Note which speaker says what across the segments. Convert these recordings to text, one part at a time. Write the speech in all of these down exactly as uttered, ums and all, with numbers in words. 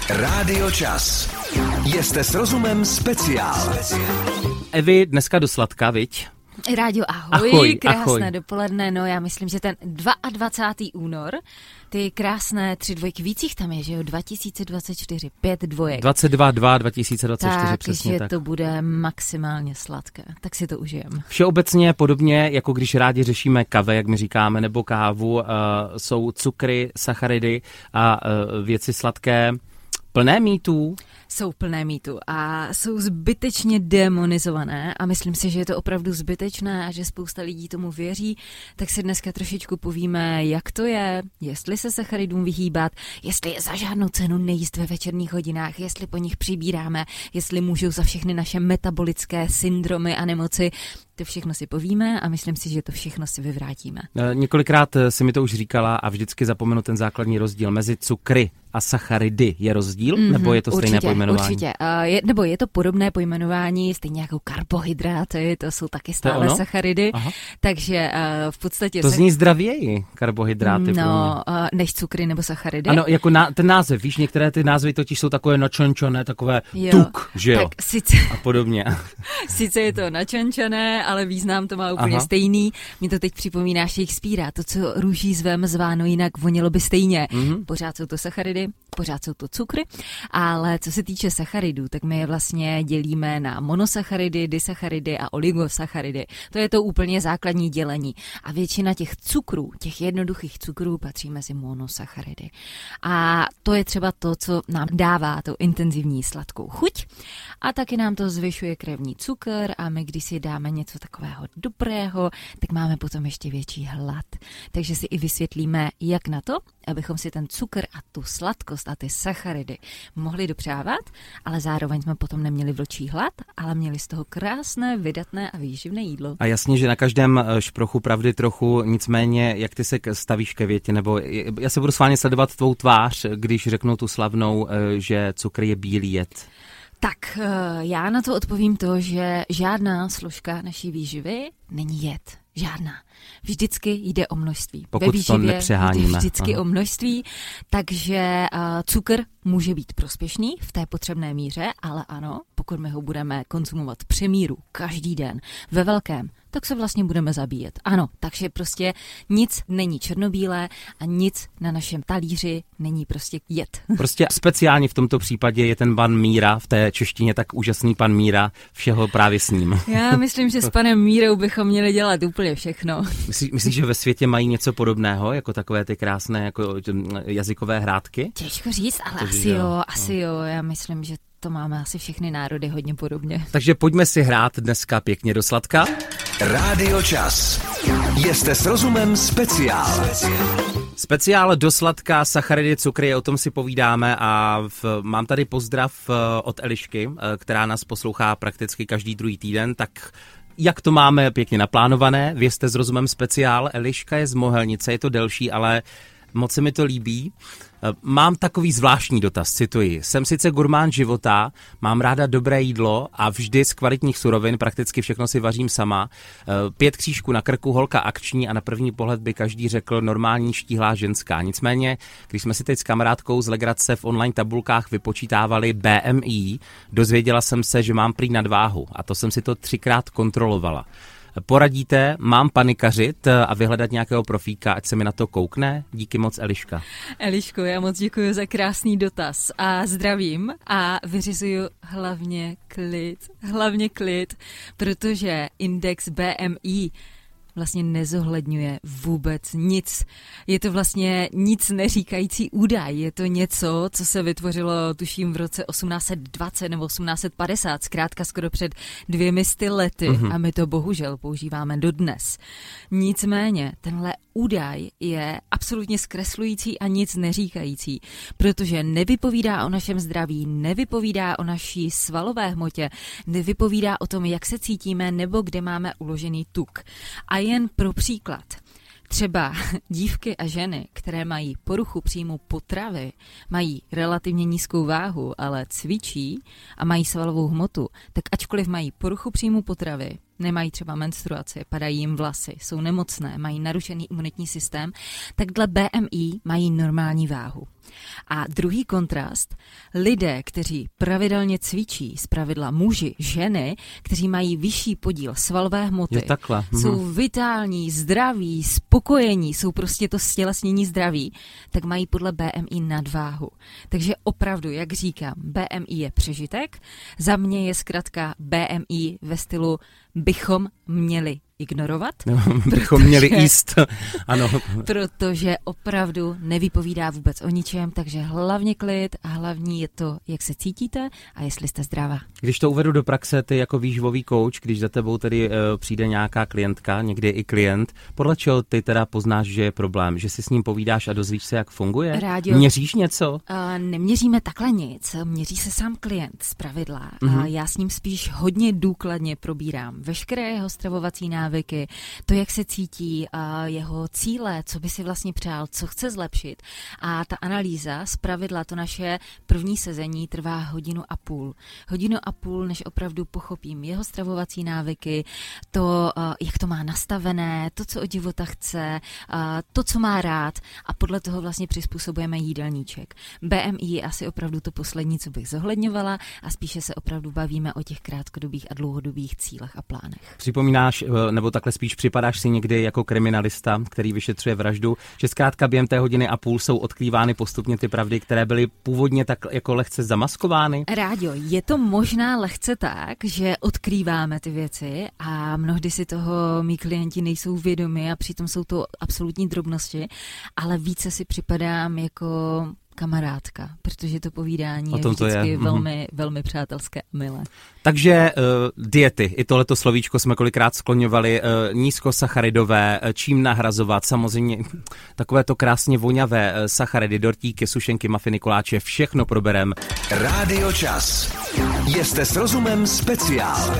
Speaker 1: Rádio Čas. Jste s rozumem speciál.
Speaker 2: Evi, dneska do sladka, viď?
Speaker 3: Rádio, ahoj,
Speaker 2: ahoj
Speaker 3: krásné
Speaker 2: ahoj.
Speaker 3: dopoledne, no já myslím, že ten dvacátého února, ty krásné tři dvojky, víc jich tam je, že jo, dva tisíce dvacet čtyři, pět dvojek.
Speaker 2: dvacet dva dva dva tisíce dvacet čtyři,
Speaker 3: tak,
Speaker 2: přesně
Speaker 3: že
Speaker 2: tak.
Speaker 3: to bude maximálně sladké, tak si to užijem.
Speaker 2: Všeobecně podobně, jako když rádi řešíme kave, jak my říkáme, nebo kávu, uh, jsou cukry, sacharidy a uh, věci sladké plné mýtů.
Speaker 3: Jsou plné mýtu a jsou zbytečně demonizované a myslím si, že je to opravdu zbytečné a že spousta lidí tomu věří, tak si dneska trošičku povíme, jak to je, jestli se sacharidům vyhýbat, jestli je za žádnou cenu nejíst ve večerních hodinách, jestli po nich přibíráme, jestli můžou za všechny naše metabolické syndromy a nemoci. To všechno si povíme a myslím si, že to všechno si vyvrátíme.
Speaker 2: Několikrát si mi to už říkala a vždycky zapomenu ten základní rozdíl. Mezi cukry a sacharidy je rozdíl, mm-hmm, nebo je to stejné
Speaker 3: určitě,
Speaker 2: pojmenování?
Speaker 3: Určitě, uh, je, nebo je to podobné pojmenování, stejně jako karbohydráty, to jsou taky stále
Speaker 2: to
Speaker 3: sacharidy,
Speaker 2: Aha.
Speaker 3: takže uh, v podstatě...
Speaker 2: To
Speaker 3: se...
Speaker 2: zní zdravěji, karbohydráty.
Speaker 3: No, uh, než cukry nebo sacharidy.
Speaker 2: Ano, jako na, ten název, víš, některé ty názvy totiž jsou takové načončané, takové
Speaker 3: jo,
Speaker 2: tuk, že jo,
Speaker 3: tak sice,
Speaker 2: a podobně.
Speaker 3: Sice je to načončané, ale význam to má úplně Aha. stejný. Mě to teď připomíná Shakespearea, to, co růží zvem zváno jinak, vonilo by stejně. Mm-hmm. Pořád jsou to sacharidy, pořád jsou to cukry, ale co se týče sacharidů, tak my je vlastně dělíme na monosacharidy, disacharidy a oligosacharidy. To je to úplně základní dělení. A většina těch cukrů, těch jednoduchých cukrů patří mezi monosacharidy. A to je třeba to, co nám dává tu intenzivní sladkou chuť a taky nám to zvyšuje krevní cukr a my, když si dáme něco takového dobrého, tak máme potom ještě větší hlad. Takže si i vysvětlíme, jak na to, abychom si ten cukr a tu sladkost a ty sacharidy mohli dopřávat, ale zároveň jsme potom neměli vlčí hlad, ale měli z toho krásné, vydatné a výživné jídlo.
Speaker 2: A jasně, že na každém šprochu pravdy trochu, nicméně, jak ty se stavíš ke větě, nebo já se budu schválně sledovat tvou tvář, když řeknu tu slavnou, že cukr je bílý jed.
Speaker 3: Tak já na to odpovím to, že žádná složka naší výživy není jed. Žádná. Vždycky jde o množství.
Speaker 2: Pokud
Speaker 3: Ve výživě
Speaker 2: to nepřeháníme.
Speaker 3: Jde vždycky
Speaker 2: Aha.
Speaker 3: o množství, takže uh, cukr může být prospěšný v té potřebné míře, ale ano, pokud my ho budeme konzumovat přemíru každý den ve velkém, tak se vlastně budeme zabíjet. Ano, takže prostě nic není černobílé a nic na našem talíři není prostě jed.
Speaker 2: Prostě speciálně v tomto případě je ten pan Míra, v té češtině tak úžasný pan Míra, všeho právě s ním.
Speaker 3: Já myslím, že s panem Mírou bychom měli dělat úplně všechno.
Speaker 2: Myslíš, myslíš, že ve světě mají něco podobného, jako takové ty krásné jako jazykové hrátky?
Speaker 3: Těžko říct, ale
Speaker 2: To
Speaker 3: asi
Speaker 2: jo,
Speaker 3: jo, asi jo. Já myslím, že to máme asi všechny národy hodně podobně.
Speaker 2: Takže pojďme si hrát dneska pěkně do sladka.
Speaker 1: Rádio Čas. Jste s rozumem speciál.
Speaker 2: Speciál do sladka, sacharidy, cukry, o tom si povídáme a v, mám tady pozdrav od Elišky, která nás poslouchá prakticky každý druhý týden, tak jak to máme pěkně naplánované, vězte s rozumem speciál, Eliška je z Mohelnice, je to delší, ale moc se mi to líbí. Mám takový zvláštní dotaz, cituji. Jsem sice gurmán života, mám ráda dobré jídlo a vždy z kvalitních surovin, prakticky všechno si vařím sama. Pět křížků na krku, holka akční a na první pohled by každý řekl normální štíhlá ženská. Nicméně, když jsme si teď s kamarádkou z legrace v online tabulkách vypočítávali B M I, dozvěděla jsem se, že mám prý nadváhu a to jsem si to třikrát kontrolovala. Poradíte, mám panikařit a vyhledat nějakého profíka, ať se mi na to koukne? Díky moc, Eliška.
Speaker 3: Eliško, já moc děkuji za krásný dotaz a zdravím a vyřizuju hlavně klid, hlavně klid, protože index B M I vlastně nezohledňuje vůbec nic. Je to vlastně nic neříkající údaj. Je to něco, co se vytvořilo, tuším, v roce osmnáct set dvacet nebo osmnáct set padesát, zkrátka skoro před dvěmi sty lety mm-hmm. a my to bohužel používáme dodnes. Nicméně, tenhle údaj je absolutně zkreslující a nic neříkající, protože nevypovídá o našem zdraví, nevypovídá o naší svalové hmotě, nevypovídá o tom, jak se cítíme nebo kde máme uložený tuk. A jen pro příklad. Třeba dívky a ženy, které mají poruchu příjmu potravy, mají relativně nízkou váhu, ale cvičí a mají svalovou hmotu, tak ačkoliv mají poruchu příjmu potravy, nemají třeba menstruaci, padají jim vlasy, jsou nemocné, mají narušený imunitní systém, tak dle B M I mají normální váhu. A druhý kontrast, lidé, kteří pravidelně cvičí, zpravidla muži, ženy, kteří mají vyšší podíl svalové hmoty, jsou vitální, zdraví, spokojení, jsou prostě to stělesnění zdraví, tak mají podle B M I nadváhu. Takže opravdu, jak říkám, B M I je přežitek, za mě je zkrátka B M I ve stylu bychom měli ignorovat.
Speaker 2: No, bychom měli jíst. Ano.
Speaker 3: Protože opravdu nevypovídá vůbec o ničem, takže hlavně klid a hlavní je to, jak se cítíte a jestli jste zdravá.
Speaker 2: Když to uvedu do praxe, ty jako výživový kouč, když za tebou tedy uh, přijde nějaká klientka, někdy i klient, podle čeho ty teda poznáš, že je problém? Že si s ním povídáš a dozvíš se, jak funguje?
Speaker 3: Rádio,
Speaker 2: Měříš něco?
Speaker 3: Uh, neměříme takhle nic, měří se sám klient zpravidla. Mm-hmm. A já s ním spíš hodně důkladně probírám veškeré jeho stravovací návyky, to, jak se cítí, a jeho cíle, co by si vlastně přál, co chce zlepšit. A ta analýza, zpravidla to naše první sezení trvá hodinu a půl. Hodinu a půl, než opravdu pochopím jeho stravovací návyky, to, jak to má nastavené, to, co od života chce, to, co má rád a podle toho vlastně přizpůsobujeme jídelníček. B M I je asi opravdu to poslední, co bych zohledňovala a spíše se opravdu bavíme o těch krátkodobých a dlouhodobých cílech a plánech.
Speaker 2: Připomínáš, nebo takhle spíš připadáš si někdy jako kriminalista, který vyšetřuje vraždu, že zkrátka během té hodiny a půl jsou odkrývány postupně ty pravdy, které byly původně tak jako lehce zamaskovány?
Speaker 3: Rádio, je to možná lehce tak, že odkrýváme ty věci a mnohdy si toho mý klienti nejsou vědomi a přitom jsou to absolutní drobnosti, ale více si připadám jako kamarádka, protože to povídání je vždycky je. velmi, mm-hmm. velmi přátelské a milé.
Speaker 2: Takže uh, diety, i tohleto slovíčko jsme kolikrát skloňovali, uh, nízkosacharidové, uh, čím nahrazovat, samozřejmě takové to krásně voňavé uh, sacharidy, dortíky, sušenky, mafiny, koláče, všechno proberem.
Speaker 1: Rádio Čas. Jste s rozumem speciál.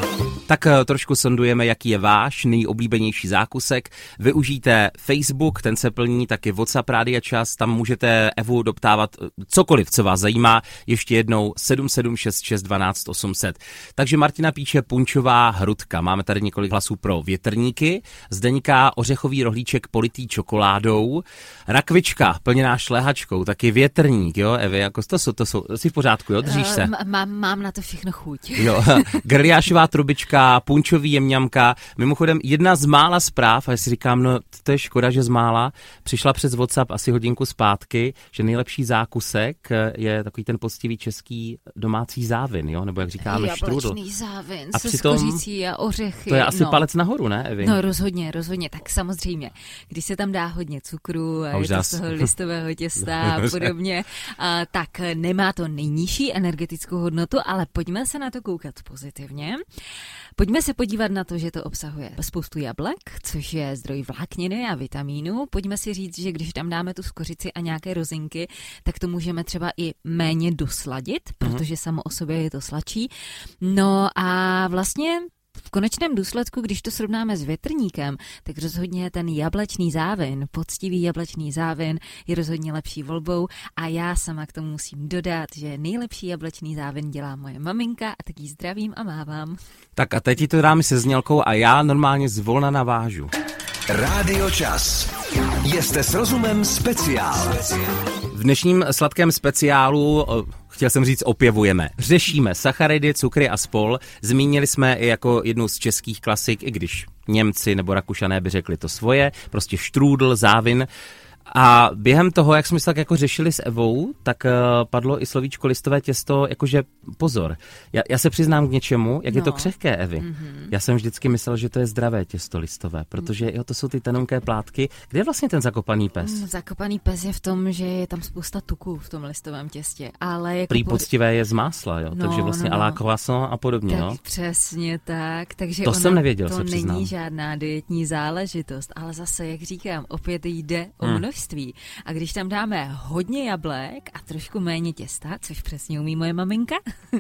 Speaker 2: Tak uh, trošku sondujeme, jaký je váš nejoblíbenější zákusek. Využijte Facebook, ten se plní, taky WhatsApp Rádia Čas, tam můžete Evu doptávat cokoliv, co vás zajímá. Ještě jednou sedm sedm šest šest dvanáct osm set. Takže Martina píše punčová hrudka. Máme tady několik hlasů pro větrníky. Zdeňka ořechový rohlíček politý čokoládou. Rakvička plněná šlehačkou, taky větrník, jo, Evi, jako to jsou, to jsou, jsi v pořádku, jo, držíš se?
Speaker 3: Uh, mám, mám na to všechno chuť.
Speaker 2: Jo, grliášová trubička, punčový jemňamka. Mimochodem jedna z mála zpráv, a já si říkám, no to je škoda, že z mála, přišla přes WhatsApp asi hodinku zpátky, že nejlepší zákusek je takový ten poctivý český domácí závin, jo, nebo jak říkáme štrůdl.
Speaker 3: Jablečný závin
Speaker 2: a
Speaker 3: se
Speaker 2: přitom,
Speaker 3: s kořicí a ořechy.
Speaker 2: To je asi
Speaker 3: no.
Speaker 2: palec nahoru, ne, Evi?
Speaker 3: No rozhodně, rozhodně, tak samozřejmě. Když se tam dá hodně cukru a, a je to z toho listového těsta a podobně, a, tak nemá to nejnižší energetickou hodnotu, ale pojďme se na to koukat pozitivně. Pojďme se podívat na to, že to obsahuje spoustu jablek, což je zdroj vlákniny a vitamínů. Pojďme si říct, že když tam dáme tu skořici a nějaké rozinky, tak to můžeme třeba i méně dosladit, protože samo o sobě je to sladší. No a vlastně v konečném důsledku, když to srovnáme s větrníkem, tak rozhodně ten jablečný závin, poctivý jablečný závin je rozhodně lepší volbou a já sama k tomu musím dodat, že nejlepší jablečný závin dělá moje maminka a tak jí zdravím a mávám.
Speaker 2: Tak a teď ti to dáme se znělkou a já normálně zvolna navážu.
Speaker 1: Rádio Čas. Jste s rozumem speciál.
Speaker 2: V dnešním sladkém speciálu, chtěl jsem říct, opěvujeme. Řešíme sacharidy, cukry a spol. Zmínili jsme i jako jednu z českých klasik, i když Němci nebo Rakušané by řekli to svoje, prostě štrůdl, závin. A během toho, jak jsme se tak jako řešili s Evou, tak uh, padlo i slovíčko listové těsto, jakože pozor. Já, já se přiznám k něčemu, jak no. je to křehké, Evi. Mm-hmm. Já jsem vždycky myslel, že to je zdravé těsto listové, protože jo, to jsou ty tenonké plátky. Kde je vlastně ten zakopaný pes?
Speaker 3: Mm, zakopaný pes je v tom, že je tam spousta tuků v tom listovém těstě. Ale jako
Speaker 2: prý poctivé je z másla, jo?
Speaker 3: No,
Speaker 2: takže vlastně no, no. à la croissant a podobně.
Speaker 3: Tak
Speaker 2: jo?
Speaker 3: Přesně tak. Takže
Speaker 2: to
Speaker 3: ona,
Speaker 2: jsem nevěděl,
Speaker 3: to
Speaker 2: se přiznám.
Speaker 3: není žádná dietní záležitost, ale zase, jak říkám, opět jde o množství. množství. A když tam dáme hodně jablek a trošku méně těsta, což přesně umí moje maminka,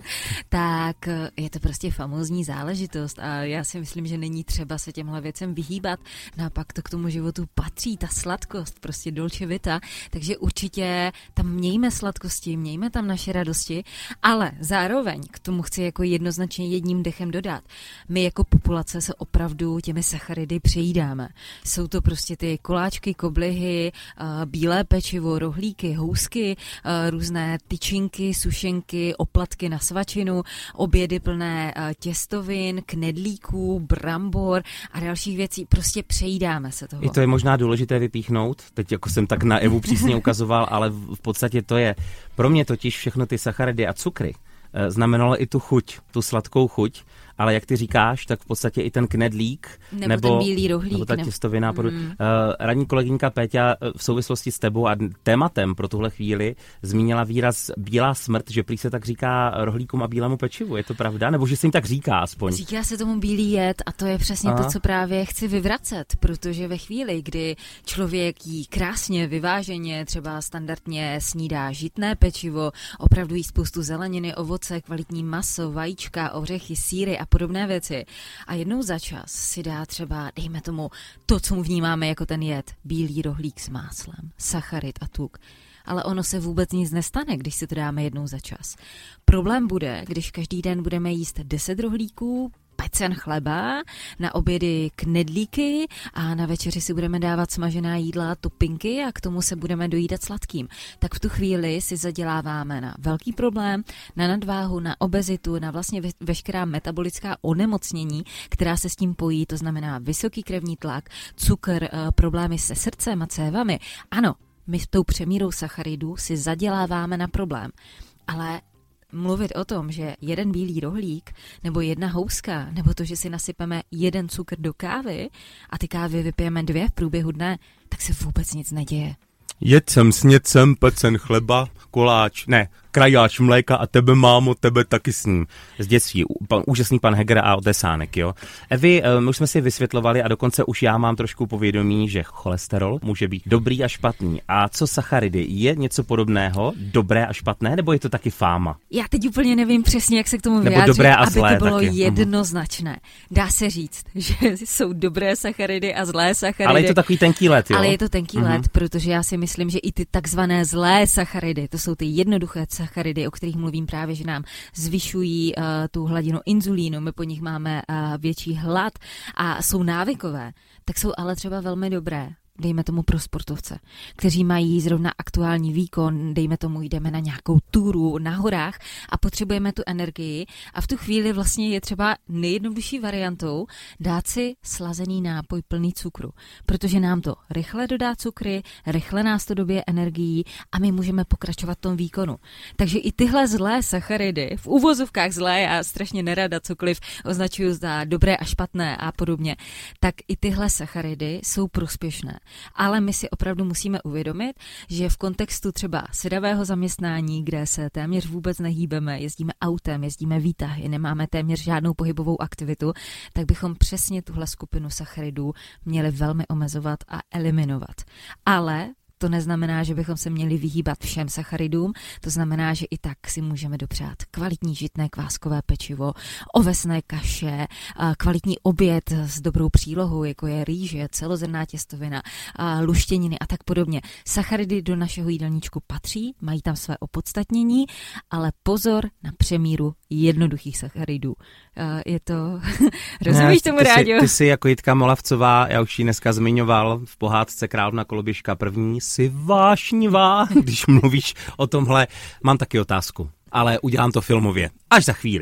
Speaker 3: tak je to prostě famózní záležitost a já si myslím, že není třeba se těmhle věcem vyhýbat. Naopak to k tomu životu patří, ta sladkost, prostě dolce vita, takže určitě tam mějme sladkosti, mějme tam naše radosti, ale zároveň k tomu chci jako jednoznačně jedním dechem dodat. My jako populace se opravdu těmi sacharidy přejídáme. Jsou to prostě ty koláčky, koblihy, bílé pečivo, rohlíky, housky, různé tyčinky, sušenky, oplatky na svačinu, obědy plné těstovin, knedlíků, brambor a dalších věcí. Prostě přejídáme se toho.
Speaker 2: I to je možná důležité vypíchnout. Teď jako jsem tak na Evu přísně ukazoval, ale v podstatě to je pro mě totiž všechno ty sacharidy a cukry znamenalo i tu chuť, tu sladkou chuť, ale jak ty říkáš, tak v podstatě i ten knedlík
Speaker 3: nebo,
Speaker 2: nebo
Speaker 3: ten bílý rohlík,
Speaker 2: nebo ta
Speaker 3: nebo...
Speaker 2: těstovina. Mm. Uh, radní kolegyňka Péťa v souvislosti s tebou a tématem pro tuhle chvíli zmínila výraz bílá smrt, že prý se tak říká rohlíkům a bílému pečivu. Je to pravda? Nebo že se jim tak říká aspoň?
Speaker 3: Říká se tomu bílý jed a to je přesně Aha. to, co právě chci vyvracet, protože ve chvíli, kdy člověk jí krásně, vyváženě, třeba standardně snídá žitné pečivo, opravdu jí spoustu zeleniny, ovoce, kvalitní maso, vajíčka, ořechy, sýry a podobné věci. A jednou za čas si dá třeba, dejme tomu, to, co mu vnímáme jako ten jed, bílý rohlík s máslem, sacharid a tuk. Ale ono se vůbec nic nestane, když si to dáme jednou za čas. Problém bude, když každý den budeme jíst deset rohlíků, pecen chleba, na obědy knedlíky a na večeři si budeme dávat smažená jídla, topinky a k tomu se budeme dojídat sladkým. Tak v tu chvíli si zaděláváme na velký problém, na nadváhu, na obezitu, na vlastně veškerá metabolická onemocnění, která se s tím pojí, to znamená vysoký krevní tlak, cukr, problémy se srdcem a cévami. Ano, my s tou přemírou sacharidů si zaděláváme na problém, ale mluvit o tom, že jeden bílý rohlík nebo jedna houska, nebo to, že si nasypeme jeden cukr do kávy a ty kávy vypijeme dvě v průběhu dne, tak se vůbec nic neděje.
Speaker 4: Jedl jsem s něcem, pecen chleba, koláč, ne, krajáč mléka a tebe, mámo, tebe taky s ním. Z dětství, pan, úžasný pan Heger a otesánek, jo. Evi, my už jsme si vysvětlovali a dokonce už já mám trošku povědomí, že cholesterol může být dobrý a špatný. A co sacharidy? Je něco podobného, dobré a špatné, nebo je to taky fáma?
Speaker 3: Já teď úplně nevím přesně, jak se k tomu vyjádřit,
Speaker 2: dobré a
Speaker 3: aby
Speaker 2: zlé
Speaker 3: to bylo
Speaker 2: taky.
Speaker 3: jednoznačné. Dá se říct, že jsou dobré sacharidy a zlé sacharidy.
Speaker 2: Ale je to takový tenký led, jo?
Speaker 3: Ale je to tenký mm-hmm. led, protože já si myslím, že i ty takzvané zlé sacharidy, to jsou ty jednoduché sacharidy, o kterých mluvím právě, že nám zvyšují uh, tu hladinu inzulínu, my po nich máme uh, větší hlad a jsou návykové, tak jsou ale třeba velmi dobré. Dejme tomu pro sportovce, kteří mají zrovna aktuální výkon, dejme tomu jdeme na nějakou túru na horách a potřebujeme tu energii a v tu chvíli vlastně je třeba nejjednodušší variantou dát si slazený nápoj plný cukru, protože nám to rychle dodá cukry, rychle nás to dobije energií a my můžeme pokračovat v tom výkonu. Takže i tyhle zlé sacharidy, v uvozovkách zlé, já strašně nerada cokoliv označuju za dobré a špatné a podobně, tak i tyhle sacharidy jsou prospěšné. Ale my si opravdu musíme uvědomit, že v kontextu třeba sedavého zaměstnání, kde se téměř vůbec nehýbeme, jezdíme autem, jezdíme výtahy, nemáme téměř žádnou pohybovou aktivitu, tak bychom přesně tuhle skupinu sacharidů měli velmi omezovat a eliminovat. Ale to neznamená, že bychom se měli vyhýbat všem sacharidům, to znamená, že i tak si můžeme dopřát kvalitní žitné kváskové pečivo, ovesné kaše, kvalitní oběd s dobrou přílohou, jako je rýže, celozrnná těstovina, luštěniny a tak podobně. Sacharidy do našeho jídelníčku patří, mají tam své opodstatnění, ale pozor na přemíru jednoduchých sacharidů. Je to... Rozumíš tomu, Ráďo?
Speaker 2: Ty jsi jako Jitka Molavcová, já už ji dneska zmiňoval v pohádce Královna koloběžka první, jsi vášnivá, když mluvíš o tomhle. Mám taky otázku, ale udělám to filmově. Až za chvíli.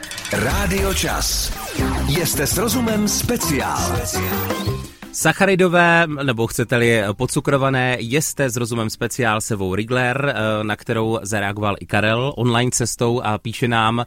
Speaker 1: Rádio Čas. Jste s rozumem speciál.
Speaker 2: Sacharidové, nebo chcete-li podcukrované, jeste s rozumem speciál s Evou Rigler, na kterou zareagoval i Karel online cestou a píše nám,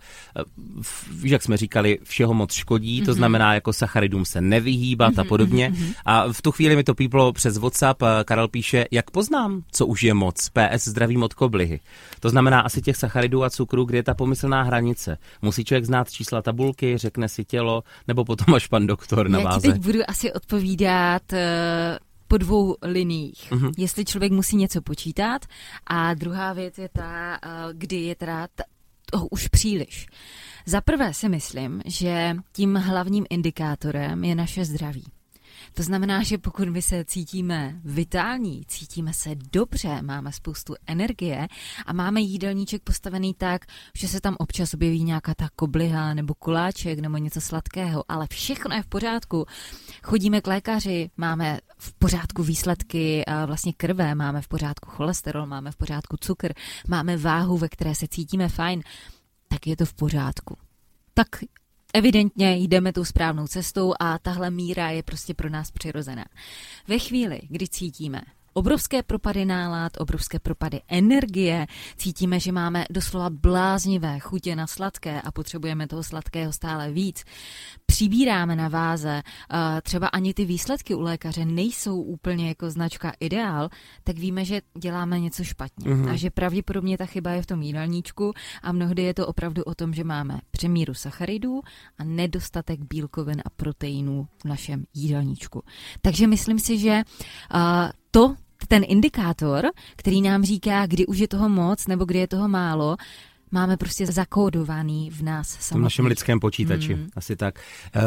Speaker 2: jak jsme říkali, všeho moc škodí, to znamená jako sacharidům se nevyhýbat a podobně. A v tu chvíli mi to píplo přes WhatsApp, Karel píše, jak poznám, co už je moc, P S zdravím od koblihy. To znamená asi těch sacharidů a cukru, kde je ta pomyslná hranice. Musí člověk znát čísla tabulky, řekne si tělo, nebo potom až pan doktor na váze.
Speaker 3: Já ti teď budu asi odpovídat po dvou liniích.
Speaker 2: Mm-hmm.
Speaker 3: Jestli člověk musí něco počítat a druhá věc je ta, kdy je teda toho už příliš. Za prvé si myslím, že tím hlavním indikátorem je naše zdraví. To znamená, že pokud my se cítíme vitální, cítíme se dobře, máme spoustu energie a máme jídelníček postavený tak, že se tam občas objeví nějaká ta kobliha nebo koláček nebo něco sladkého, ale všechno je v pořádku. Chodíme k lékaři, máme v pořádku výsledky vlastně krve, máme v pořádku cholesterol, máme v pořádku cukr, máme váhu, ve které se cítíme fajn, tak je to v pořádku. Tak evidentně jdeme tou správnou cestou a tahle míra je prostě pro nás přirozená. Ve chvíli, kdy cítíme obrovské propady nálad, obrovské propady energie, cítíme, že máme doslova bláznivé chutě na sladké a potřebujeme toho sladkého stále víc, přibíráme na váze, třeba ani ty výsledky u lékaře nejsou úplně jako značka ideál, tak víme, že děláme něco špatně. Mm-hmm. A že pravděpodobně ta chyba je v tom jídelníčku a mnohdy je to opravdu o tom, že máme přemíru sacharidů a nedostatek bílkovin a proteinů v našem jídelníčku. Takže myslím si, že uh, to ten indikátor, který nám říká, kdy už je toho moc nebo kdy je toho málo, máme prostě zakódovaný v nás samotných. V tom
Speaker 2: našem lidském počítači, hmm. asi tak.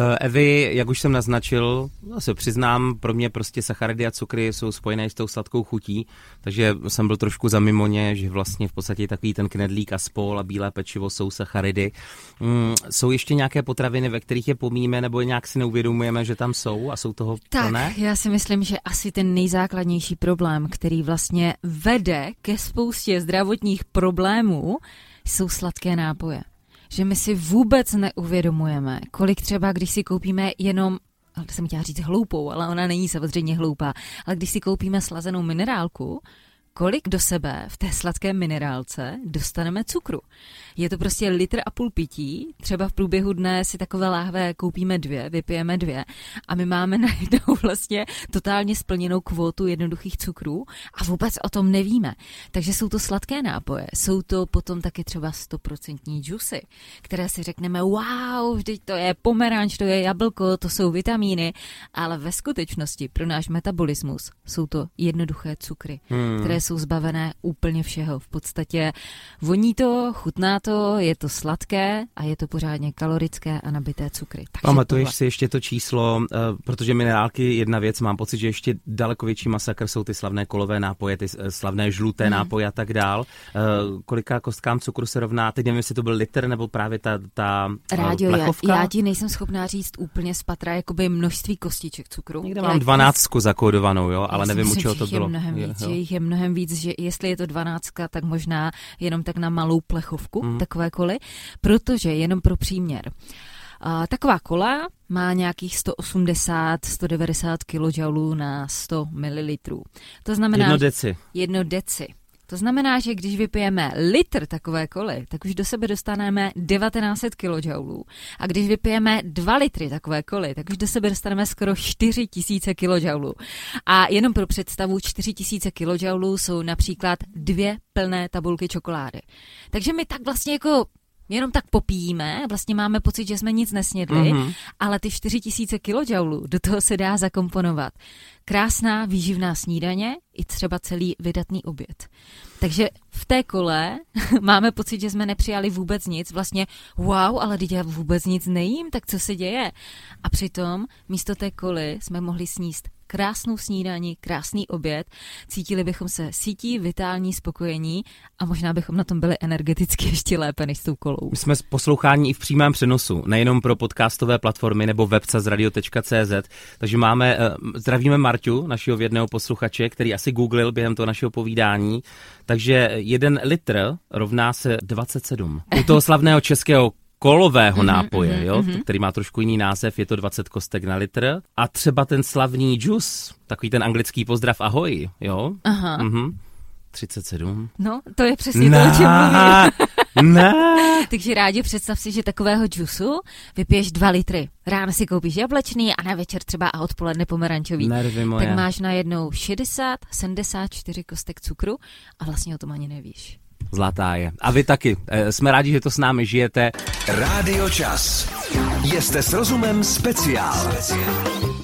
Speaker 2: Evi, jak už jsem naznačil, se přiznám, pro mě prostě sacharidy a cukry jsou spojené s tou sladkou chutí, takže jsem byl trošku za mimoně, že vlastně v podstatě takový ten knedlík a spol a bílé pečivo jsou sacharidy. Hmm, jsou ještě nějaké potraviny, ve kterých je pomíme, nebo nějak si neuvědomujeme, že tam jsou a jsou toho plné?
Speaker 3: Tak, já si myslím, že asi ten nejzákladnější problém, který vlastně vede ke spoustě zdravotních problémů, jsou sladké nápoje. Že my si vůbec neuvědomujeme, kolik třeba, když si koupíme jenom, jsem chtěla říct hloupou, ale ona není samozřejmě hloupá, ale když si koupíme slazenou minerálku, kolik do sebe v té sladké minerálce dostaneme cukru. Je to prostě litr a půl pití, třeba v průběhu dne si takové láhve koupíme dvě, vypijeme dvě a my máme najednou vlastně totálně splněnou kvótu jednoduchých cukrů a vůbec o tom nevíme. Takže jsou to sladké nápoje, jsou to potom taky třeba stoprocentní džusy, které si řekneme, wow, vždyť to je pomeranč, to je jablko, to jsou vitamíny, ale ve skutečnosti pro náš metabolismus jsou to jednoduché cukry, hmm. které jsou zbavené úplně všeho. V podstatě voní to, chutná to, je to sladké a je to pořádně kalorické a nabité cukry. Takže
Speaker 2: pamatuješ
Speaker 3: tohle.
Speaker 2: Si ještě to číslo, uh, protože minerálky, jedna věc, mám pocit, že ještě daleko větší masakr jsou ty slavné kolové nápoje, ty slavné žluté hmm. nápoje a tak dál. Uh, kolika kostkám cukru se rovná, teď nevím, jestli to byl litr nebo právě ta, ta
Speaker 3: Rádio,
Speaker 2: plechovka?
Speaker 3: Já, já ti nejsem schopná říct úplně z patra jakoby množství kostiček cukru.
Speaker 2: Někde mám dvanáctku zakódovanou, jo, ale
Speaker 3: já
Speaker 2: nevím, u
Speaker 3: myslím,
Speaker 2: čeho to bylo.
Speaker 3: Je mnohem víc, že jich je mnohem víc, že jestli je to dvanáctka, tak možná jenom tak na malou plechovku, mm. takové koly, protože jenom pro příměr. Uh, taková kola má nějakých sto osmdesát až sto devadesát kilojoulů na sto mililitrů. To znamená...
Speaker 2: Jedno deci.
Speaker 3: Jedno deci. To znamená, že když vypijeme litr takové koly, tak už do sebe dostaneme devatenáct set kilojoulů. A když vypijeme dva litry takové koly, tak už do sebe dostaneme skoro čtyři tisíce kilojoulů. A jenom pro představu, čtyři tisíce kilojoulů jsou například dvě plné tabulky čokolády. Takže my tak vlastně jako jenom tak popijíme, vlastně máme pocit, že jsme nic nesnědli, mm-hmm. ale ty čtyři tisíce kilojoulů, do toho se dá zakomponovat krásná výživná snídaně i třeba celý vydatný oběd. Takže v té kole máme pocit, že jsme nepřijali vůbec nic, vlastně wow, ale teď já vůbec nic nejím, tak co se děje? A přitom místo té koly jsme mohli sníst krásnou snídani, krásný oběd, cítili bychom se sítí, vitální, spokojení a možná bychom na tom byli energeticky ještě lépe než s tou kolou.
Speaker 2: My jsme poslouchání i v přímém přenosu, nejenom pro podcastové platformy nebo webca z radio tečka cé zet, takže máme, zdravíme Marťu, našeho věrného posluchače, který asi googlil během toho našeho povídání, takže jeden litr rovná se dvacet sedm. U toho slavného českého kolového nápoje, jo, který má trošku jiný název, je to dvacet kostek na litr. A třeba ten slavný džus, takový ten anglický pozdrav ahoj, jo.
Speaker 3: Aha.
Speaker 2: Mhm. třicet sedm.
Speaker 3: No, to je přesně ne, to, o čem mluvím. Ne. Takže rádi představ si, že takového džusu vypiješ dva litry. Ráno si koupíš jablečný a na večer třeba a odpoledne pomerančový.
Speaker 2: Nervy moje.
Speaker 3: Tak máš najednou šedesát, sedmdesát čtyři kostek cukru a vlastně o tom ani nevíš.
Speaker 2: Zlatá je. A vy taky. Jsme rádi, že to s námi žijete.
Speaker 1: Rádio Čas. Jste s rozumem speciál. speciál.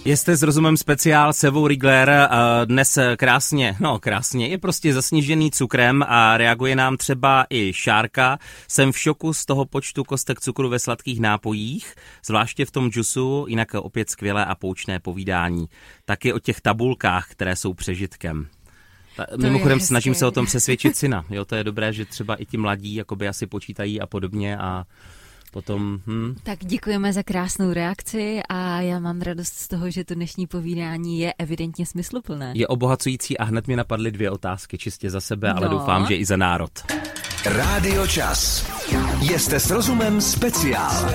Speaker 2: Jste s Rozumem speciál s Evou Rigler, dnes krásně, no krásně, je prostě zasnížený cukrem a reaguje nám třeba i Šárka. Jsem v šoku z toho počtu kostek cukru ve sladkých nápojích, zvláště v tom džusu, jinak opět skvělé a poučné povídání. Taky o těch tabulkách, které jsou přežitkem. Ta, mimochodem snažím se o tom přesvědčit syna, jo, to je dobré, že třeba i ti mladí jakoby asi počítají a podobně a potom, hm.
Speaker 3: Tak děkujeme za krásnou reakci a já mám radost z toho, že to dnešní povídání je evidentně smysluplné.
Speaker 2: Je obohacující a hned mi napadly dvě otázky čistě za sebe, ale
Speaker 3: no.
Speaker 2: doufám, že i za národ.
Speaker 1: Rádio Čas. Jste s Rozumem speciál.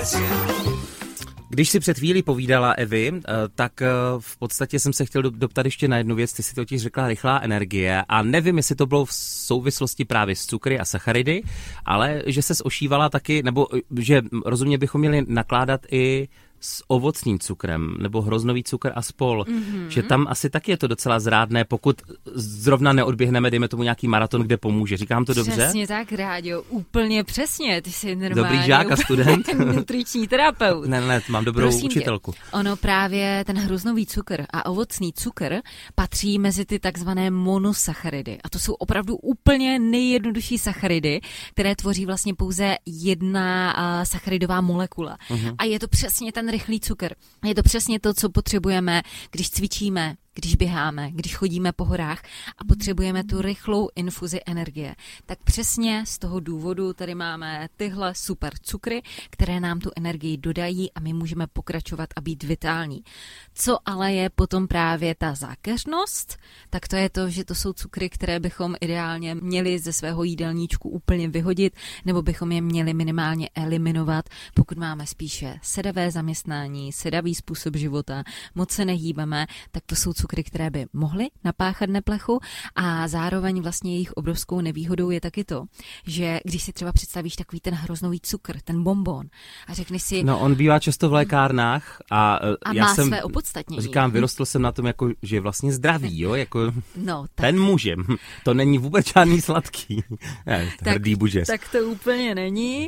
Speaker 2: Když si před chvílí povídala Evi, tak v podstatě jsem se chtěl doptat ještě na jednu věc. Ty si totiž řekla rychlá energie a nevím, jestli to bylo v souvislosti právě s cukry a sacharidy, ale že ses ošívala taky, nebo že rozumně bychom měli nakládat i s ovocným cukrem, nebo hroznový cukr a spol. Mm-hmm. Že tam asi taky je to docela zrádné, pokud zrovna neodběhneme, dejme tomu nějaký maraton, kde pomůže. Říkám to dobře?
Speaker 3: Přesně tak, Ráďo, úplně přesně. Ty jsi normálně
Speaker 2: dobrý žák a student.
Speaker 3: Nutriční terapeut.
Speaker 2: Ne, ne, mám dobrou
Speaker 3: Prosím
Speaker 2: učitelku.
Speaker 3: Tě, ono právě ten hroznový cukr a ovocný cukr patří mezi ty takzvané monosacharidy. A to jsou opravdu úplně nejjednodušší sacharidy, které tvoří vlastně pouze jedna uh, sacharidová molekula. Uh-huh. A je to přesně ten rychlý cukr. Je to přesně to, co potřebujeme, když cvičíme, když běháme, když chodíme po horách a potřebujeme tu rychlou infuzi energie. Tak přesně z toho důvodu tady máme tyhle super cukry, které nám tu energii dodají a my můžeme pokračovat a být vitální. Co ale je potom právě ta zákeřnost, tak to je to, že to jsou cukry, které bychom ideálně měli ze svého jídelníčku úplně vyhodit, nebo bychom je měli minimálně eliminovat, pokud máme spíše sedavé zaměstnání, sedavý způsob života, moc se nehýbeme, tak to jsou cukry, které by mohly napáchat neplechu a zároveň vlastně jejich obrovskou nevýhodou je taky to, že když si třeba představíš takový ten hroznový cukr, ten bonbon a řekneš si...
Speaker 2: No on bývá často v lékárnách a,
Speaker 3: a
Speaker 2: já
Speaker 3: má
Speaker 2: jsem,
Speaker 3: své opodstatnění.
Speaker 2: Říkám, vyrostl jsem na tom, jako, že je vlastně zdravý, jo, jako
Speaker 3: no, tak...
Speaker 2: ten může. To není vůbec žádný sladký. Ne,
Speaker 3: tak,
Speaker 2: hrdý bužes.
Speaker 3: Tak to úplně není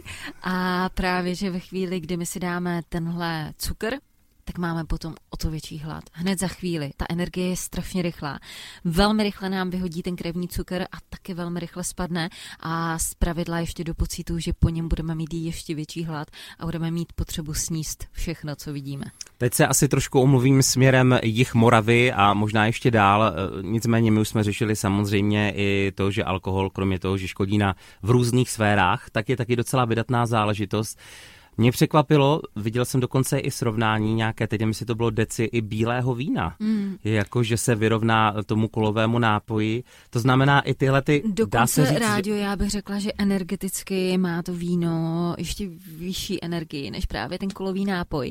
Speaker 3: a právě, že ve chvíli, kdy my si dáme tenhle cukr, tak máme potom o to větší hlad. Hned za chvíli. Ta energie je strašně rychlá. Velmi rychle nám vyhodí ten krevní cukr a taky velmi rychle spadne a zpravidla ještě do pocitu, že po něm budeme mít ještě větší hlad a budeme mít potřebu sníst všechno, co vidíme.
Speaker 2: Teď se asi trošku omluvím směrem jih Moravy a možná ještě dál. Nicméně my už jsme řešili samozřejmě i to, že alkohol, kromě toho, že škodí na v různých sférách, tak je taky docela vydatná záležitost. Mě překvapilo, viděl jsem dokonce i srovnání nějaké, teď jestli to bylo deci i bílého vína. Mm. Jako, že se vyrovná tomu kolovému nápoji. To znamená i tyhle ty...
Speaker 3: Dokonce,
Speaker 2: dá se říct,
Speaker 3: Rádio, já bych řekla, že energeticky má to víno ještě vyšší energii než právě ten kolový nápoj.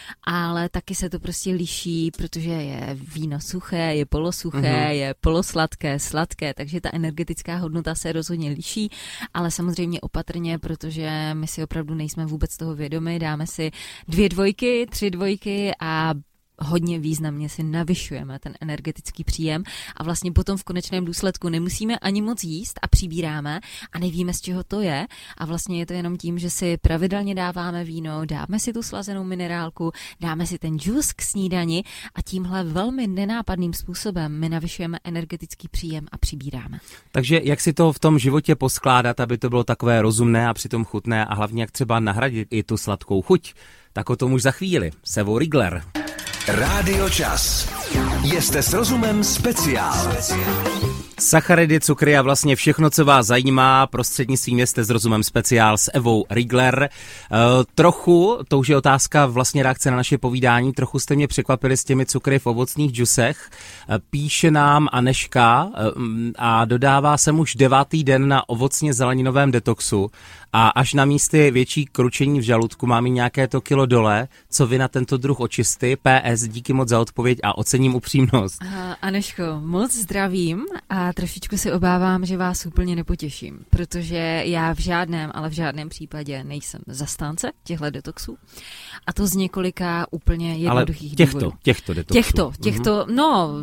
Speaker 3: Ale taky se to prostě liší, protože je víno suché, je polosuché, mm-hmm. je polosladké, sladké, takže ta energetická hodnota se rozhodně liší, ale samozřejmě opatrně, protože my si opravdu nejsme vůbec toho vědomi, dáme si dvě dvojky, tři dvojky a hodně významně si navyšujeme ten energetický příjem a vlastně potom v konečném důsledku nemusíme ani moc jíst a přibíráme a nevíme, z čeho to je a vlastně je to jenom tím, že si pravidelně dáváme víno, dáme si tu slazenou minerálku, dáme si ten džus k snídani a tímhle velmi nenápadným způsobem my navyšujeme energetický příjem a přibíráme.
Speaker 2: Takže jak si to v tom životě poskládat, aby to bylo takové rozumné a přitom chutné a hlavně jak třeba nahradit i tu sladkou chuť, tak o tom už za chvíli. Evo Rigler.
Speaker 1: Rádio Čas. Jste s Rozumem speciál.
Speaker 2: Sacharidy, cukry a vlastně všechno, co vás zajímá, prostřednictvím Jste s Rozumem speciál s Evou Rigler. E, trochu, to už je otázka vlastně reakce na naše povídání, trochu jste mě překvapili s těmi cukry v ovocných džusech. E, píše nám Aneška e, a dodává jsem už devátý den na ovocně zeleninovém detoxu a až na místy větší kručení v žaludku mám i nějaké to kilo dole. Co vy na tento druh očisty? P S, díky moc za odpověď a ocením upřímnost.
Speaker 3: Aha, Aneško, moc zdravím a trošičku si obávám, že vás úplně nepotěším, protože já v žádném, ale v žádném případě nejsem zastánce těchto detoxů a to z několika úplně jednoduchých
Speaker 2: těchto,
Speaker 3: důvodů.
Speaker 2: Těchto detoxů.
Speaker 3: Těchto, těchto, mm-hmm. no,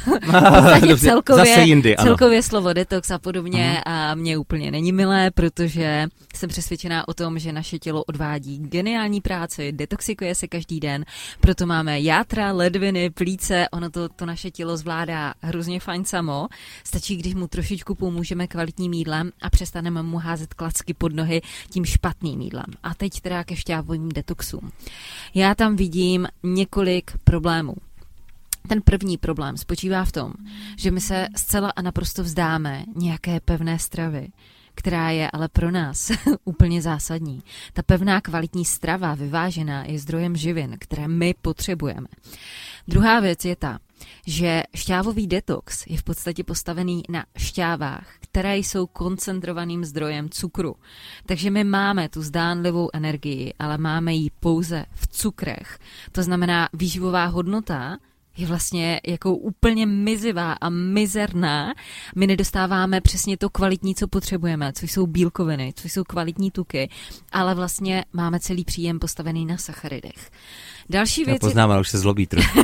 Speaker 2: Dobře,
Speaker 3: celkově,
Speaker 2: zase jindy, ano.
Speaker 3: celkově slovo detox a podobně mm-hmm. a mě úplně není milé, protože jsem přesvědčená o tom, že naše tělo odvádí geniální práci, detoxikuje se každý den, proto máme játra, ledviny, plíce, ono to, to naše tělo zvládá hrozně fajn samo. Stačí, když mu trošičku pomůžeme kvalitním jídlem a přestaneme mu házet klacky pod nohy tím špatným jídlem. A teď teda ke šťávovým detoxům. Já tam vidím několik problémů. Ten první problém spočívá v tom, že my se zcela a naprosto vzdáme nějaké pevné stravy, která je ale pro nás úplně zásadní. Ta pevná kvalitní strava, vyvážená, je zdrojem živin, které my potřebujeme. Druhá věc je ta, že šťávový detox je v podstatě postavený na šťávách, které jsou koncentrovaným zdrojem cukru. Takže my máme tu zdánlivou energii, ale máme ji pouze v cukrech. To znamená, výživová hodnota je vlastně jako úplně mizivá a mizerná. My nedostáváme přesně to kvalitní, co potřebujeme, což jsou bílkoviny, což jsou kvalitní tuky, ale vlastně máme celý příjem postavený na sacharidech. Další věc
Speaker 2: Já poznám, ale už se zlobí trošku.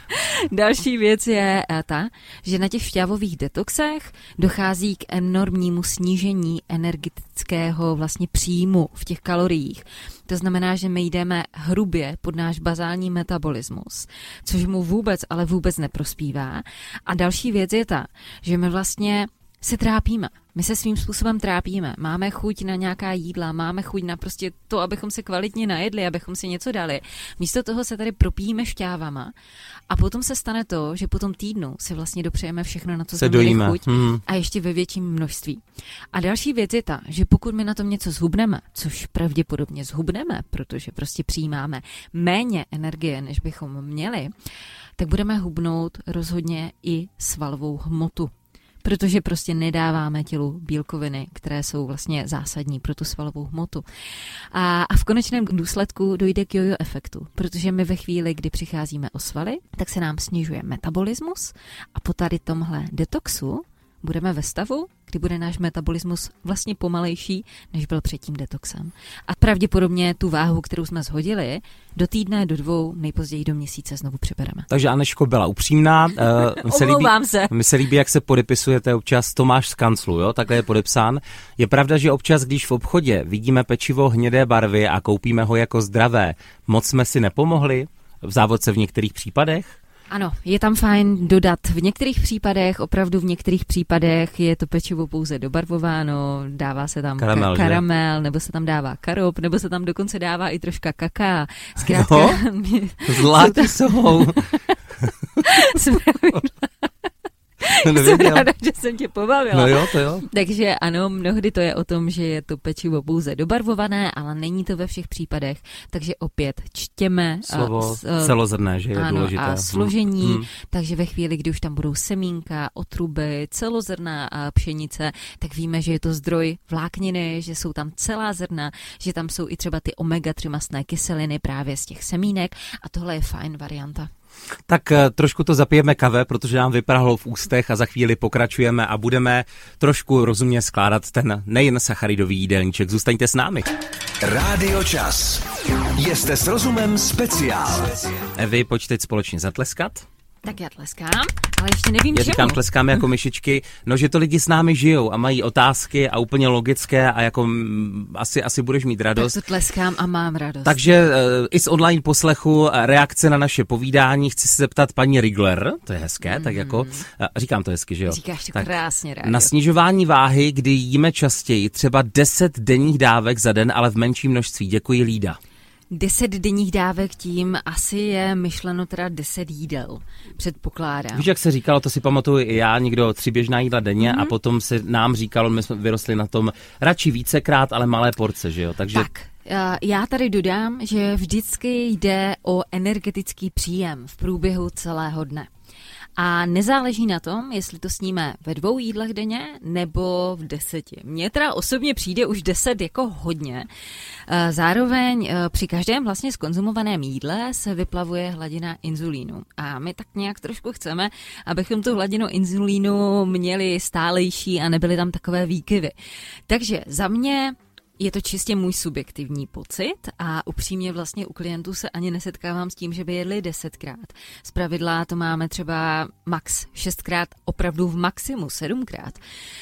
Speaker 3: Další věc je ta, že na těch šťávových detoxech dochází k enormnímu snížení energetického vlastně příjmu v těch kaloriích. To znamená, že my jdeme hrubě pod náš bazální metabolismus, což mu vůbec, ale vůbec neprospívá. A další věc je ta, že my vlastně se trápíme. My se svým způsobem trápíme. Máme chuť na nějaká jídla, máme chuť na prostě to, abychom se kvalitně najedli, abychom si něco dali. Místo toho se tady propijíme šťávama a potom se stane to, že po tom týdnu si vlastně dopřejeme všechno, na co jsme měli chuť hmm. a ještě ve větším množství. A další věc je ta, že pokud my na tom něco zhubneme, což pravděpodobně zhubneme, protože prostě přijímáme méně energie, než bychom měli, tak budeme hubnout rozhodně i svalovou hmotu. Protože prostě nedáváme tělu bílkoviny, které jsou vlastně zásadní pro tu svalovou hmotu. A, a v konečném důsledku dojde k jojo efektu, protože my ve chvíli, kdy přicházíme o svaly, tak se nám snižuje metabolismus a po tady tomhle detoxu budeme ve stavu, kdy bude náš metabolismus vlastně pomalejší, než byl před tím detoxem. A pravděpodobně tu váhu, kterou jsme shodili, do týdne, do dvou, nejpozději do měsíce znovu přibereme.
Speaker 2: Takže Aneško byla upřímná. Uh, se líbí,
Speaker 3: se.
Speaker 2: Mi se líbí, jak se podepisujete občas Tomáš z kanclu, jo? Takhle je podepsán. Je pravda, že občas, když v obchodě vidíme pečivo hnědé barvy a koupíme ho jako zdravé, moc jsme si nepomohli v závodce v některých případech?
Speaker 3: Ano, je tam fajn dodat v některých případech, opravdu v některých případech je to pečivo pouze dobarvováno, dává se tam karamel, ka- karamel nebo se tam dává karop, nebo se tam dokonce dává i troška kaká. Zkrátka...
Speaker 2: No, zlátí jsou.
Speaker 3: Jsem ráda, že jsem tě pobavila.
Speaker 2: No jo, to jo.
Speaker 3: Takže ano, mnohdy to je o tom, že je to pečivo pouze dobarvované, ale není to ve všech případech. Takže opět čtěme
Speaker 2: slovo a, celozrnné, že je
Speaker 3: ano,
Speaker 2: důležité.
Speaker 3: A složení, hmm. takže ve chvíli, kdy už tam budou semínka, otruby, celozrnná a pšenice, tak víme, že je to zdroj vlákniny, že jsou tam celá zrna, že tam jsou i třeba ty omega tři mastné kyseliny právě z těch semínek a tohle je fajn varianta.
Speaker 2: Tak trošku to zapijeme kave, protože nám vyprahlo v ústech a za chvíli pokračujeme a budeme trošku rozumně skládat ten nejen sacharidový jídelníček. Zůstaňte s námi.
Speaker 1: Rádio Čas. Jste s rozumem speciál.
Speaker 2: Vy pojďte společně zatleskat.
Speaker 3: Tak já tleskám, ale ještě nevím
Speaker 2: Já
Speaker 3: čemu.
Speaker 2: říkám, tleskáme jako myšičky, no že to lidi s námi žijou a mají otázky a úplně logické a jako m, asi, asi budeš mít radost.
Speaker 3: Tak to tleskám a mám radost.
Speaker 2: Takže uh, i z online poslechu reakce na naše povídání chci se zeptat paní Rigler, to je hezké, mm. tak jako, uh, říkám to hezky, že jo?
Speaker 3: Říkáš to
Speaker 2: tak,
Speaker 3: krásně, rádio.
Speaker 2: Na snižování váhy, kdy jíme častěji, třeba deset denních dávek za den, ale v menším množství. Děkuji, Lída.
Speaker 3: Deset denních dávek tím asi je myšleno teda deset jídel, předpokládám.
Speaker 2: Víš, jak se říkalo, to si pamatuju i já, někdo tři běžná jídla denně mm-hmm. a potom se nám říkalo, my jsme vyrostli na tom radši vícekrát, ale malé porce, že jo? Takže...
Speaker 3: Tak, já tady dodám, že vždycky jde o energetický příjem v průběhu celého dne. A nezáleží na tom, jestli to sníme ve dvou jídlech denně nebo v deseti. Mně teda osobně přijde už deset jako hodně. Zároveň při každém vlastně skonzumovaném jídle se vyplavuje hladina inzulínu. A my tak nějak trošku chceme, abychom tu hladinu inzulínu měli stálejší a nebyly tam takové výkyvy. Takže za mě Je to čistě můj subjektivní pocit a upřímně vlastně u klientů se ani nesetkávám s tím, že by jedli desetkrát. Zpravidla to máme třeba max šestkrát, opravdu v maximu sedmkrát.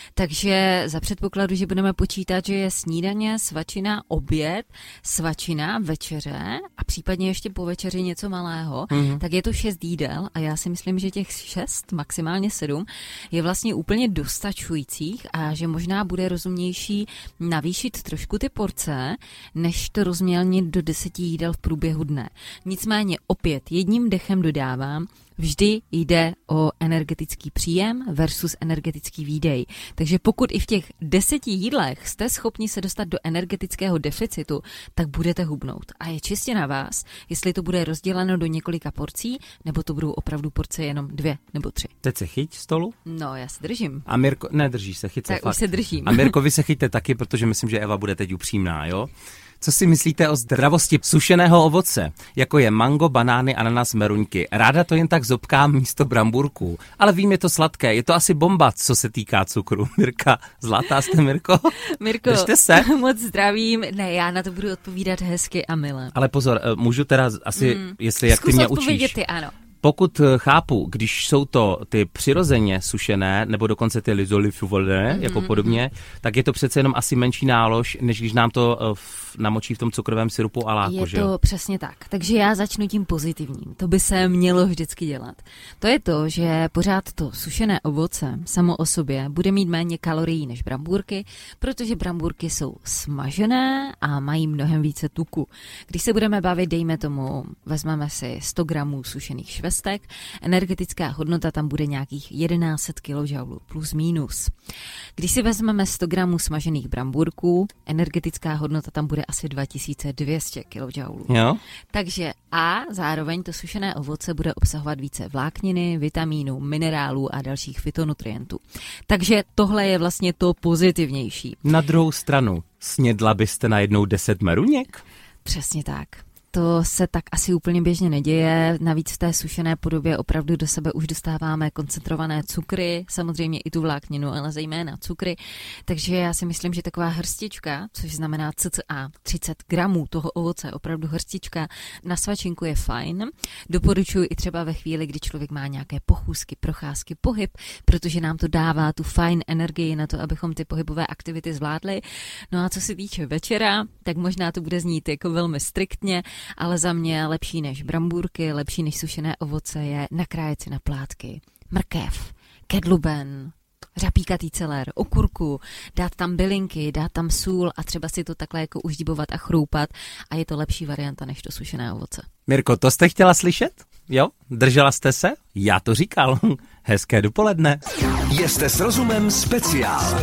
Speaker 3: Takže za předpokladu, že budeme počítat, že je snídaně, svačina, oběd, svačina, večeře a případně ještě po večeři něco malého, mm-hmm. tak je to šest jídel a já si myslím, že těch šest, maximálně sedm, je vlastně úplně dostačujících a že možná bude rozumnější navýšit trošku ty porce, než to rozmělnit do deseti jídel v průběhu dne. Nicméně opět jedním dechem dodávám, vždy jde o energetický příjem versus energetický výdej. Takže pokud i v těch deseti jídlech jste schopni se dostat do energetického deficitu, tak budete hubnout. A je čistě na vás, jestli to bude rozděleno do několika porcí, nebo to budou opravdu porce jenom dvě nebo tři.
Speaker 2: Teď se chyť stolu?
Speaker 3: No, já se držím.
Speaker 2: A Mirko, ne, držíš se, chyť se
Speaker 3: tak
Speaker 2: fakt.
Speaker 3: Už se držím.
Speaker 2: A Mirko, vy se chyťte taky, protože myslím, že Eva bude teď upřímná, jo? Co si myslíte o zdravosti sušeného ovoce, jako je mango, banány, ananas, meruňky? Ráda to jen tak zobkám místo bramburků, ale vím, je to sladké, je to asi bomba, co se týká cukru. Mirka, zlatá jste, Mirko?
Speaker 3: Mirko,
Speaker 2: držte se.
Speaker 3: Moc zdravím. Ne, já na to budu odpovídat hezky a milé.
Speaker 2: Ale pozor, můžu teda asi, mm. jestli jak ty mě učíš.
Speaker 3: Ty, ano.
Speaker 2: Pokud chápu, když jsou to ty přirozeně sušené, nebo dokonce ty lizolifované, mm-hmm. jako podobně, tak je to přece jenom asi menší nálož, než když nám to v, namočí v tom cukrovém syrupu a láku,
Speaker 3: je
Speaker 2: že
Speaker 3: to
Speaker 2: jo?
Speaker 3: Přesně tak. Takže já začnu tím pozitivním. To by se mělo vždycky dělat. To je to, že pořád to sušené ovoce samo o sobě bude mít méně kalorií než brambůrky, protože brambůrky jsou smažené a mají mnohem více tuku. Když se budeme bavit, dejme tomu, vezmeme si sto gramů sušených švestek, energetická hodnota tam bude nějakých tisíc sto kilojoulů plus minus. Když si vezmeme sto gramů smažených brambůrků, energetická hodnota tam bude asi dva tisíce dvě stě kilojoulů.
Speaker 2: Jo?
Speaker 3: Takže a zároveň to sušené ovoce bude obsahovat více vlákniny, vitamínů, minerálů a dalších fytonutrientů. Takže tohle je vlastně to pozitivnější.
Speaker 2: Na druhou stranu, snědla byste najednou deset meruněk?
Speaker 3: Přesně tak. To se tak asi úplně běžně neděje, navíc v té sušené podobě opravdu do sebe už dostáváme koncentrované cukry, samozřejmě i tu vlákninu, ale zejména cukry, takže já si myslím, že taková hrstička, což znamená cca třicet gramů toho ovoce, opravdu hrstička na svačinku je fajn. Doporučuji i třeba ve chvíli, kdy člověk má nějaké pochůzky, procházky, pohyb, protože nám to dává tu fajn energii na to, abychom ty pohybové aktivity zvládli. No a co se týče večera, tak možná to bude znít jako velmi striktně, ale za mě lepší než brambůrky, lepší než sušené ovoce je nakrájet si na plátky mrkev, kedluben, řapíkatý celer, okurku, dát tam bylinky, dát tam sůl a třeba si to takhle jako uždíbovat a chroupat a je to lepší varianta než to sušené ovoce.
Speaker 2: Mirko, to jste chtěla slyšet? Jo? Držela jste se? Já to říkal. Hezké dopoledne.
Speaker 1: Jste s rozumem speciál.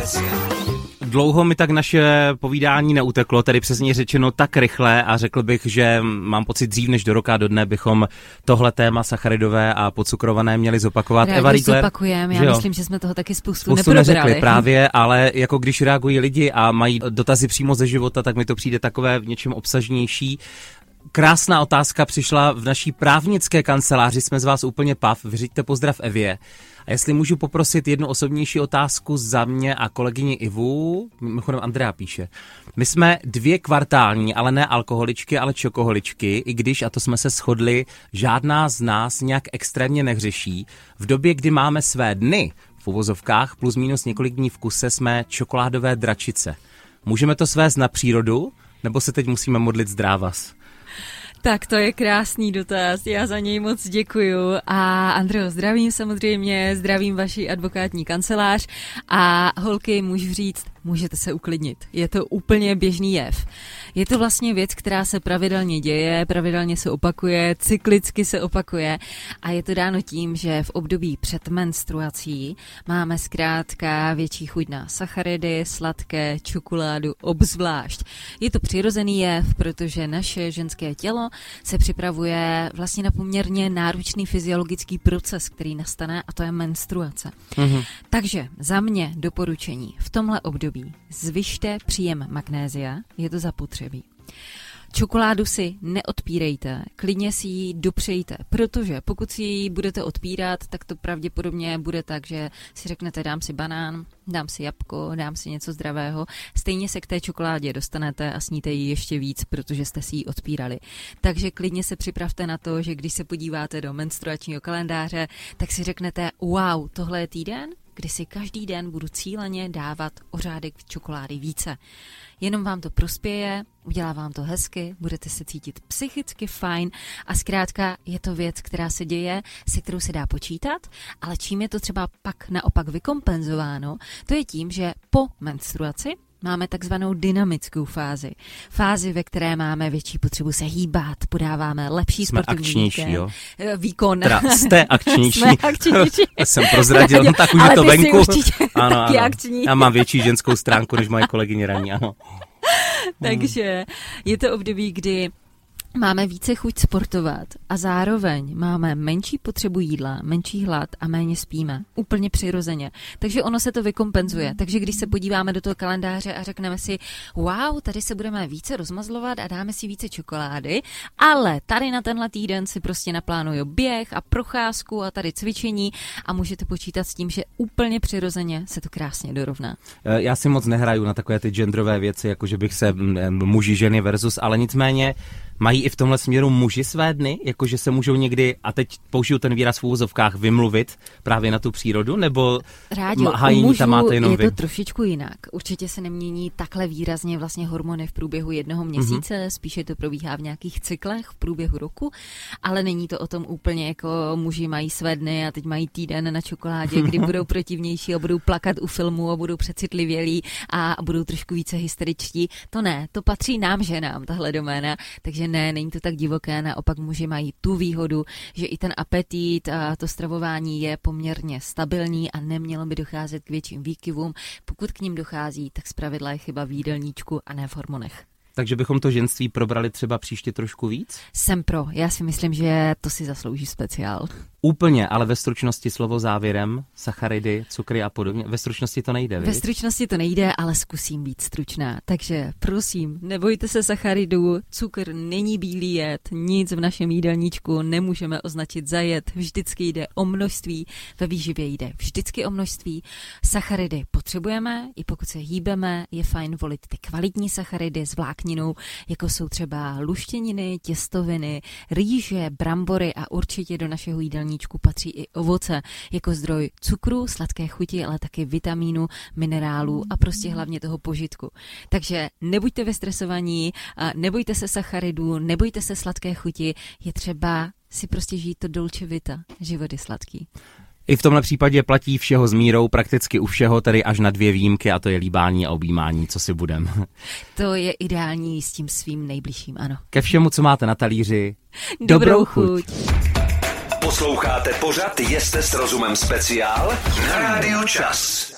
Speaker 2: Dlouho mi tak naše povídání neuteklo, tedy přesně řečeno tak rychle a řekl bych, že mám pocit dřív než do roka do dne bychom tohle téma sacharidové a podcukrované měli zopakovat.
Speaker 3: Rádi
Speaker 2: Eva Riegler,
Speaker 3: zopakujeme, já myslím, že jsme toho taky spoustu,
Speaker 2: spoustu
Speaker 3: neprobrali.
Speaker 2: neřekli právě, ale jako když reagují lidi a mají dotazy přímo ze života, tak mi to přijde takové v něčem obsažnější. Krásná otázka přišla v naší právnické kanceláři, jsme z vás úplně pav, vyřiďte pozdrav Evě. A jestli můžu poprosit jednu osobnější otázku za mě a kolegyni Ivu, mimochodem Andrea píše. My jsme dvě kvartální, ale ne alkoholičky, ale čokoholičky, i když, a to jsme se shodli, žádná z nás nějak extrémně nehřeší. V době, kdy máme své dny, v uvozovkách, plus minus několik dní v kuse, jsme čokoládové dračice. Můžeme to svést na přírodu, nebo se teď musíme modlit zdrávas?
Speaker 3: Tak to je krásný dotaz, já za něj moc děkuju a Andreo, zdravím samozřejmě, zdravím vaši advokátní kancelář a holky, můžu říct, můžete se uklidnit, je to úplně běžný jev. Je to vlastně věc, která se pravidelně děje, pravidelně se opakuje, cyklicky se opakuje a je to dáno tím, že v období před menstruací máme zkrátka větší chuť na sacharidy, sladké, čokoládu, obzvlášť. Je to přirozený jev, protože naše ženské tělo se připravuje vlastně na poměrně náročný fyziologický proces, který nastane, a to je menstruace. Mm-hmm. Takže za mě doporučení v tomhle období zvyšte příjem magnézia, je to zapotřebí. Čokoládu si neodpírejte, klidně si ji dopřejte, protože pokud si ji budete odpírat, tak to pravděpodobně bude tak, že si řeknete, dám si banán, dám si jabko, dám si něco zdravého. Stejně se k té čokoládě dostanete a sníte ji ještě víc, protože jste si ji odpírali. Takže klidně se připravte na to, že když se podíváte do menstruačního kalendáře, tak si řeknete, wow, tohle je týden, kdy si každý den budu cíleně dávat o řádek čokolády více. Jenom vám to prospěje, udělá vám to hezky, budete se cítit psychicky fajn a zkrátka je to věc, která se děje, se kterou se dá počítat, ale čím je to třeba pak naopak vykompenzováno, to je tím, že po menstruaci máme takzvanou dynamickou fázi. Fázi, ve které máme větší potřebu se hýbat, podáváme lepší
Speaker 2: Jsme
Speaker 3: sportovní
Speaker 2: akčnější,
Speaker 3: výkon,
Speaker 2: jo?
Speaker 3: výkon.
Speaker 2: Teda jste akčnější.
Speaker 3: Jsme akčnější.
Speaker 2: Jsem prozradil, no tak už
Speaker 3: ale
Speaker 2: je to
Speaker 3: ty
Speaker 2: venku.
Speaker 3: Jsi určitě
Speaker 2: ano,
Speaker 3: taky
Speaker 2: ano.
Speaker 3: akční.
Speaker 2: Já mám větší ženskou stránku, než moje kolegyně raní, ano.
Speaker 3: Takže je to období, kdy máme více chuť sportovat a zároveň máme menší potřebu jídla, menší hlad a méně spíme. Úplně přirozeně. Takže ono se to vykompenzuje. Takže když se podíváme do toho kalendáře a řekneme si, wow, tady se budeme více rozmazlovat a dáme si více čokolády, ale tady na tenhle týden si prostě naplánuju běh a procházku a tady cvičení a můžete počítat s tím, že úplně přirozeně se to krásně dorovná.
Speaker 2: Já si moc nehraju na takové ty genderové věci, jako že bych se muži, ženy versus, ale nicméně mají i v tomhle směru muži své dny, jakože se můžou někdy, a teď použiju ten výraz v úvozovkách, vymluvit právě na tu přírodu, nebo
Speaker 3: Rádio,
Speaker 2: hájení
Speaker 3: u mužů
Speaker 2: tam máte jenom
Speaker 3: je
Speaker 2: vy?
Speaker 3: to trošičku jinak. Určitě se nemění takhle výrazně vlastně hormony v průběhu jednoho měsíce, mm-hmm. spíše to probíhá v nějakých cyklech v průběhu roku, ale není to o tom úplně jako muži mají své dny a teď mají týden na čokoládě, kdy budou protivnější a budou plakat u filmu a budou přecitlivělí a budou trošku více hysteričtí. To ne, to patří nám ženám, tahle doména, takže ne, není to tak divoké, naopak muži mají tu výhodu, že i ten apetit a to stravování je poměrně stabilní a nemělo by docházet k větším výkyvům. Pokud k ním dochází, tak zpravidla je chyba v jídelníčku a ne v hormonech.
Speaker 2: Takže bychom to ženství probrali třeba příště trošku víc?
Speaker 3: Jsem pro, já si myslím, že to si zaslouží speciál.
Speaker 2: Úplně, ale ve stručnosti slovo závěrem, sacharidy, cukry a podobně. Ve stručnosti to nejde,
Speaker 3: Ve
Speaker 2: viď?
Speaker 3: stručnosti to nejde, ale zkusím být stručná. Takže prosím, nebojte se sacharidů, cukr není bílý jed, nic v našem jídelníčku nemůžeme označit za jed, vždycky jde o množství, ve výživě jde vždycky o množství. Sacharidy potřebujeme, i pokud se hýbeme, je fajn volit ty kvalitní sacharidy s vlákninou, jako jsou třeba luštěniny, těstoviny, rýže, brambory a určitě do našeho jídelníčku patří i ovoce jako zdroj cukru, sladké chuti, ale taky vitamínu, minerálů a prostě hlavně toho požitku. Takže nebuďte vystresovaní, nebojte se sacharidů, nebojte se sladké chuti, je třeba si prostě žít to dolce vita, život je sladký.
Speaker 2: I v tomhle případě platí všeho s mírou, prakticky u všeho, tedy až na dvě výjimky, a to je líbání a objímání, co si budem.
Speaker 3: To je ideální s tím svým nejbližším, ano.
Speaker 2: Ke všemu, co máte na talíři,
Speaker 3: dobrou,
Speaker 2: dobrou
Speaker 3: chuť.
Speaker 2: chuť.
Speaker 1: Posloucháte pořad Jeste s rozumem speciál na Rádiu Čas.